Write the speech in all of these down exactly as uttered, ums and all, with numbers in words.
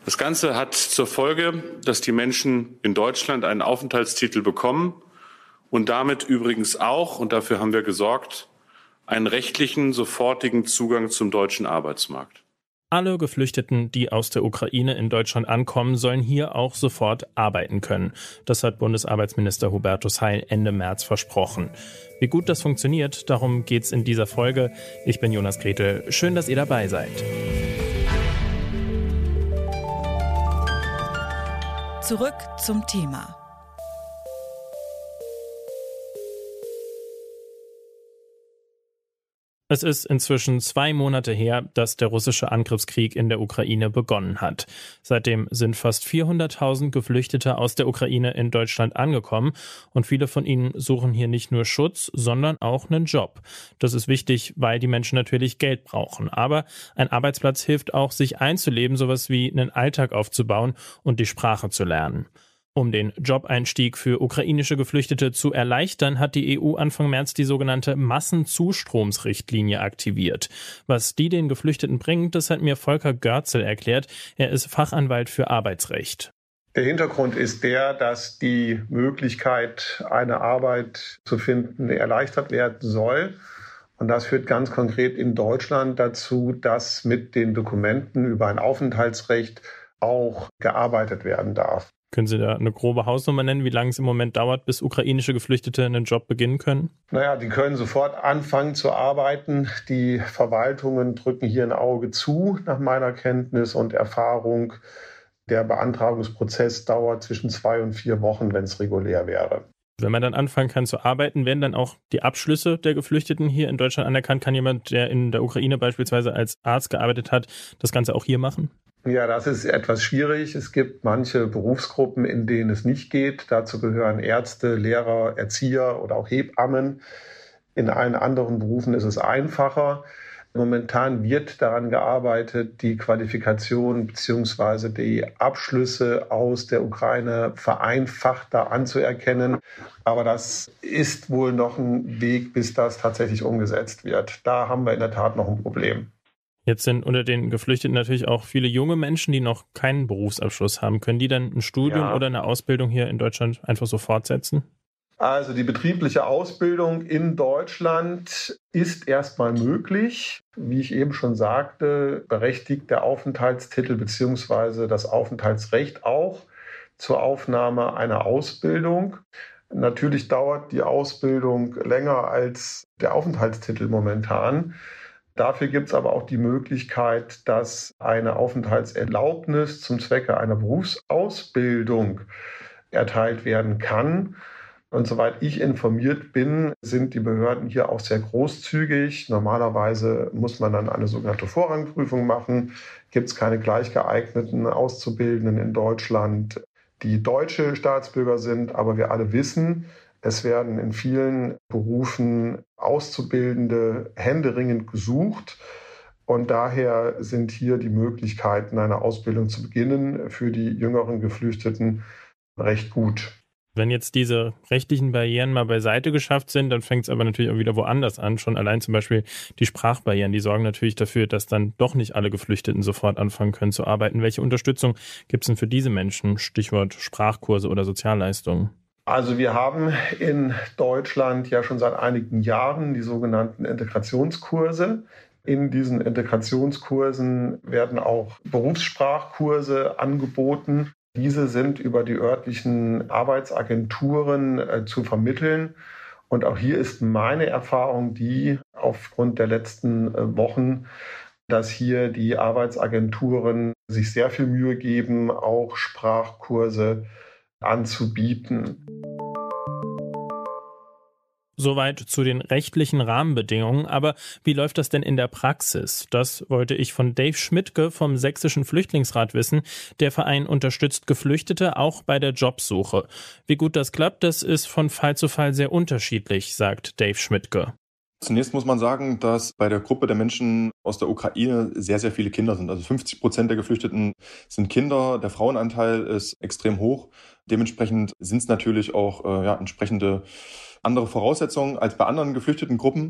Das Ganze hat zur Folge, dass die Menschen in Deutschland einen Aufenthaltstitel bekommen und damit übrigens auch, und dafür haben wir gesorgt, einen rechtlichen, sofortigen Zugang zum deutschen Arbeitsmarkt. Alle Geflüchteten, die aus der Ukraine in Deutschland ankommen, sollen hier auch sofort arbeiten können. Das hat Bundesarbeitsminister Hubertus Heil Ende März versprochen. Wie gut das funktioniert, darum geht's in dieser Folge. Ich bin Jonas Gretel. Schön, dass ihr dabei seid. Zurück zum Thema. Es ist inzwischen zwei Monate her, dass der russische Angriffskrieg in der Ukraine begonnen hat. Seitdem sind fast vierhunderttausend Geflüchtete aus der Ukraine in Deutschland angekommen und viele von ihnen suchen hier nicht nur Schutz, sondern auch einen Job. Das ist wichtig, weil die Menschen natürlich Geld brauchen. Aber ein Arbeitsplatz hilft auch, sich einzuleben, sowas wie einen Alltag aufzubauen und die Sprache zu lernen. Um den Jobeinstieg für ukrainische Geflüchtete zu erleichtern, hat die E U Anfang März die sogenannte Massenzustromsrichtlinie aktiviert. Was die den Geflüchteten bringt, das hat mir Volker Görzel erklärt. Er ist Fachanwalt für Arbeitsrecht. Der Hintergrund ist der, dass die Möglichkeit, eine Arbeit zu finden, erleichtert werden soll. Und das führt ganz konkret in Deutschland dazu, dass mit den Dokumenten über ein Aufenthaltsrecht auch gearbeitet werden darf. Können Sie da eine grobe Hausnummer nennen, wie lange es im Moment dauert, bis ukrainische Geflüchtete einen Job beginnen können? Naja, die können sofort anfangen zu arbeiten. Die Verwaltungen drücken hier ein Auge zu, nach meiner Kenntnis und Erfahrung. Der Beantragungsprozess dauert zwischen zwei und vier Wochen, wenn es regulär wäre. Wenn man dann anfangen kann zu arbeiten, werden dann auch die Abschlüsse der Geflüchteten hier in Deutschland anerkannt? Kann jemand, der in der Ukraine beispielsweise als Arzt gearbeitet hat, das Ganze auch hier machen? Ja, das ist etwas schwierig. Es gibt manche Berufsgruppen, in denen es nicht geht. Dazu gehören Ärzte, Lehrer, Erzieher oder auch Hebammen. In allen anderen Berufen ist es einfacher. Momentan wird daran gearbeitet, die Qualifikation bzw. die Abschlüsse aus der Ukraine vereinfachter anzuerkennen. Aber das ist wohl noch ein Weg, bis das tatsächlich umgesetzt wird. Da haben wir in der Tat noch ein Problem. Jetzt sind unter den Geflüchteten natürlich auch viele junge Menschen, die noch keinen Berufsabschluss haben. Können die dann ein Studium ja. oder eine Ausbildung hier in Deutschland einfach so fortsetzen? Also die betriebliche Ausbildung in Deutschland ist erstmal möglich. Wie ich eben schon sagte, berechtigt der Aufenthaltstitel bzw. das Aufenthaltsrecht auch zur Aufnahme einer Ausbildung. Natürlich dauert die Ausbildung länger als der Aufenthaltstitel momentan. Dafür gibt es aber auch die Möglichkeit, dass eine Aufenthaltserlaubnis zum Zwecke einer Berufsausbildung erteilt werden kann. Und soweit ich informiert bin, sind die Behörden hier auch sehr großzügig. Normalerweise muss man dann eine sogenannte Vorrangprüfung machen. Gibt es keine gleich geeigneten Auszubildenden in Deutschland, die deutsche Staatsbürger sind. Aber wir alle wissen, es werden in vielen Berufen Auszubildende händeringend gesucht. Und daher sind hier die Möglichkeiten, eine Ausbildung zu beginnen, für die jüngeren Geflüchteten recht gut. Wenn jetzt diese rechtlichen Barrieren mal beiseite geschafft sind, dann fängt es aber natürlich auch wieder woanders an. Schon allein zum Beispiel die Sprachbarrieren, die sorgen natürlich dafür, dass dann doch nicht alle Geflüchteten sofort anfangen können zu arbeiten. Welche Unterstützung gibt es denn für diese Menschen? Stichwort Sprachkurse oder Sozialleistungen. Also wir haben in Deutschland ja schon seit einigen Jahren die sogenannten Integrationskurse. In diesen Integrationskursen werden auch Berufssprachkurse angeboten. Diese sind über die örtlichen Arbeitsagenturen äh, zu vermitteln. Und auch hier ist meine Erfahrung die, aufgrund der letzten äh, Wochen, dass hier die Arbeitsagenturen sich sehr viel Mühe geben, auch Sprachkurse anzubieten. Soweit zu den rechtlichen Rahmenbedingungen. Aber wie läuft das denn in der Praxis? Das wollte ich von Dave Schmidtke vom Sächsischen Flüchtlingsrat wissen. Der Verein unterstützt Geflüchtete auch bei der Jobsuche. Wie gut das klappt, das ist von Fall zu Fall sehr unterschiedlich, sagt Dave Schmidtke. Zunächst muss man sagen, dass bei der Gruppe der Menschen aus der Ukraine sehr, sehr viele Kinder sind. Also fünfzig Prozent der Geflüchteten sind Kinder. Der Frauenanteil ist extrem hoch. Dementsprechend sind es natürlich auch äh, ja, entsprechende andere Voraussetzungen als bei anderen geflüchteten Gruppen.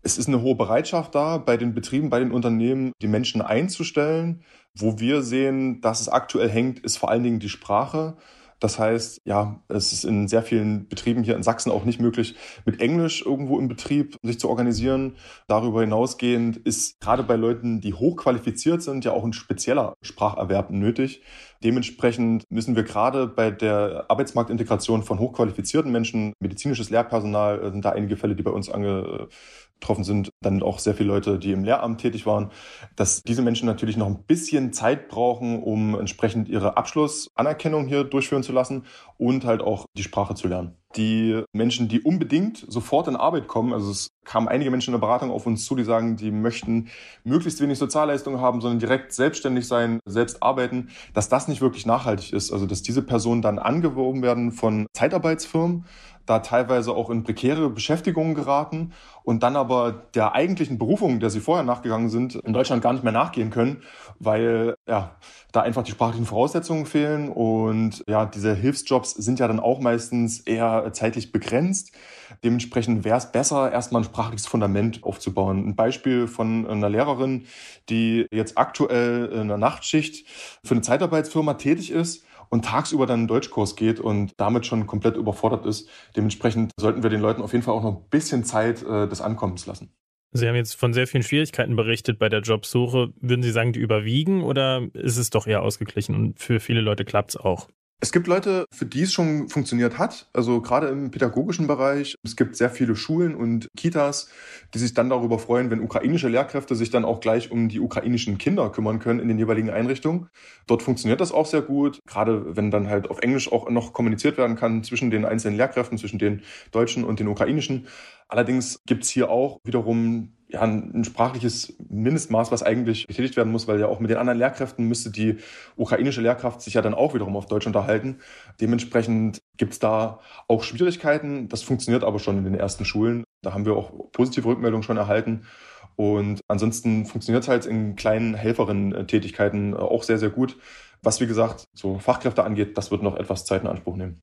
Es ist eine hohe Bereitschaft da, bei den Betrieben, bei den Unternehmen die Menschen einzustellen. Wo wir sehen, dass es aktuell hängt, ist vor allen Dingen die Sprache. Das heißt, ja, es ist in sehr vielen Betrieben hier in Sachsen auch nicht möglich, mit Englisch irgendwo im Betrieb sich zu organisieren. Darüber hinausgehend ist gerade bei Leuten, die hochqualifiziert sind, ja auch ein spezieller Spracherwerb nötig. Dementsprechend müssen wir gerade bei der Arbeitsmarktintegration von hochqualifizierten Menschen, medizinisches Lehrpersonal, sind da einige Fälle, die bei uns angetroffen sind, dann auch sehr viele Leute, die im Lehramt tätig waren, dass diese Menschen natürlich noch ein bisschen Zeit brauchen, um entsprechend ihre Abschlussanerkennung hier durchführen zu lassen und halt auch die Sprache zu lernen. Die Menschen, die unbedingt sofort in Arbeit kommen, also es kamen einige Menschen in der Beratung auf uns zu, die sagen, die möchten möglichst wenig Sozialleistungen haben, sondern direkt selbstständig sein, selbst arbeiten, dass das nicht wirklich nachhaltig ist. Also dass diese Personen dann angeworben werden von Zeitarbeitsfirmen, da teilweise auch in prekäre Beschäftigungen geraten und dann aber der eigentlichen Berufung, der sie vorher nachgegangen sind, in Deutschland gar nicht mehr nachgehen können, weil ja da einfach die sprachlichen Voraussetzungen fehlen und ja diese Hilfsjobs sind ja dann auch meistens eher zeitlich begrenzt. Dementsprechend wäre es besser, erstmal ein sprachliches Fundament aufzubauen. Ein Beispiel von einer Lehrerin, die jetzt aktuell in einer Nachtschicht für eine Zeitarbeitsfirma tätig ist und tagsüber dann einen Deutschkurs geht und damit schon komplett überfordert ist. Dementsprechend sollten wir den Leuten auf jeden Fall auch noch ein bisschen Zeit äh, des Ankommens lassen. Sie haben jetzt von sehr vielen Schwierigkeiten berichtet bei der Jobsuche. Würden Sie sagen, die überwiegen oder ist es doch eher ausgeglichen und für viele Leute klappt es auch? Es gibt Leute, für die es schon funktioniert hat, also gerade im pädagogischen Bereich. Es gibt sehr viele Schulen und Kitas, die sich dann darüber freuen, wenn ukrainische Lehrkräfte sich dann auch gleich um die ukrainischen Kinder kümmern können in den jeweiligen Einrichtungen. Dort funktioniert das auch sehr gut, gerade wenn dann halt auf Englisch auch noch kommuniziert werden kann zwischen den einzelnen Lehrkräften, zwischen den deutschen und den ukrainischen. Allerdings gibt es hier auch wiederum ja, ein sprachliches Mindestmaß, was eigentlich betätigt werden muss, weil ja auch mit den anderen Lehrkräften müsste die ukrainische Lehrkraft sich ja dann auch wiederum auf Deutsch unterhalten. Dementsprechend gibt es da auch Schwierigkeiten. Das funktioniert aber schon in den ersten Schulen. Da haben wir auch positive Rückmeldungen schon erhalten. Und ansonsten funktioniert es halt in kleinen Helferinnen-Tätigkeiten auch sehr, sehr gut. Was, wie gesagt, so Fachkräfte angeht, das wird noch etwas Zeit in Anspruch nehmen.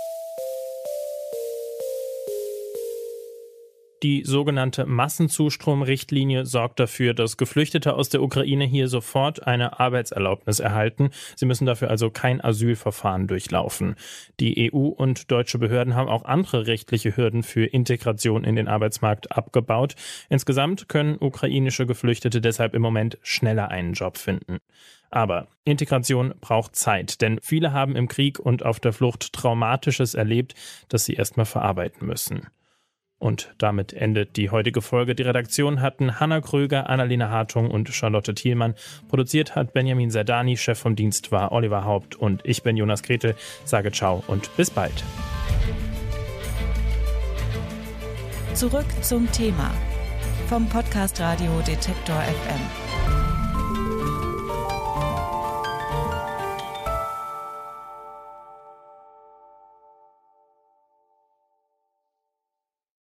Die sogenannte Massenzustromrichtlinie sorgt dafür, dass Geflüchtete aus der Ukraine hier sofort eine Arbeitserlaubnis erhalten. Sie müssen dafür also kein Asylverfahren durchlaufen. Die E U und deutsche Behörden haben auch andere rechtliche Hürden für Integration in den Arbeitsmarkt abgebaut. Insgesamt können ukrainische Geflüchtete deshalb im Moment schneller einen Job finden. Aber Integration braucht Zeit, denn viele haben im Krieg und auf der Flucht Traumatisches erlebt, das sie erstmal verarbeiten müssen. Und damit endet die heutige Folge. Die Redaktion hatten Hanna Kröger, Annalena Hartung und Charlotte Thielmann. Produziert hat Benjamin Serdani, Chef vom Dienst war Oliver Haupt und ich bin Jonas Gretel. Sage ciao und bis bald. Zurück zum Thema vom Podcast Radio Detektor F M.